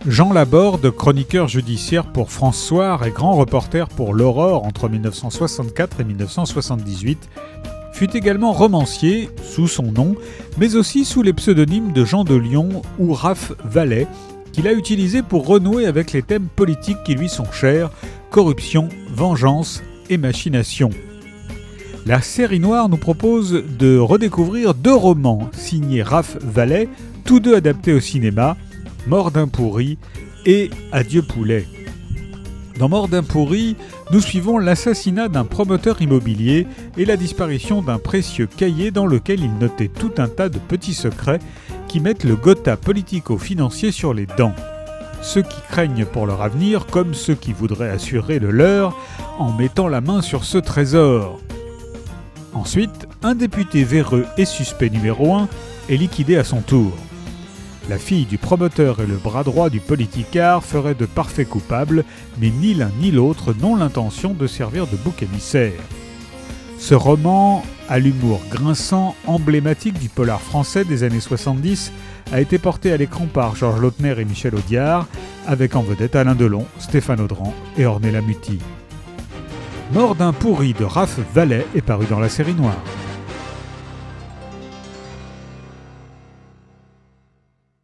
Jean Laborde, chroniqueur judiciaire pour France Soir et grand reporter pour l'Aurore entre 1964 et 1978, fut également romancier, sous son nom, mais aussi sous les pseudonymes de Jean de Lyon ou Raph Vallet, qu'il a utilisé pour renouer avec les thèmes politiques qui lui sont chers, corruption, vengeance et machination. La série noire nous propose de redécouvrir 2 romans signés Raph Vallet, tous 2 adaptés au cinéma, Mort d'un pourri et Adieu poulet. Dans Mort d'un pourri, nous suivons l'assassinat d'un promoteur immobilier et la disparition d'un précieux cahier dans lequel il notait tout un tas de petits secrets qui mettent le Gotha politico-financier sur les dents. Ceux qui craignent pour leur avenir comme ceux qui voudraient assurer le leur en mettant la main sur ce trésor. Ensuite, un député véreux et suspect numéro 1 est liquidé à son tour. La fille du promoteur et le bras droit du politicard feraient de parfaits coupables, mais ni l'un ni l'autre n'ont l'intention de servir de bouc émissaire. Ce roman, à l'humour grinçant, emblématique du polar français des années 70, a été porté à l'écran par Georges Lautner et Michel Audiard, avec en vedette Alain Delon, Stéphane Audran et Ornella Muti. Mort d'un pourri de Raph Vallet est paru dans la série noire.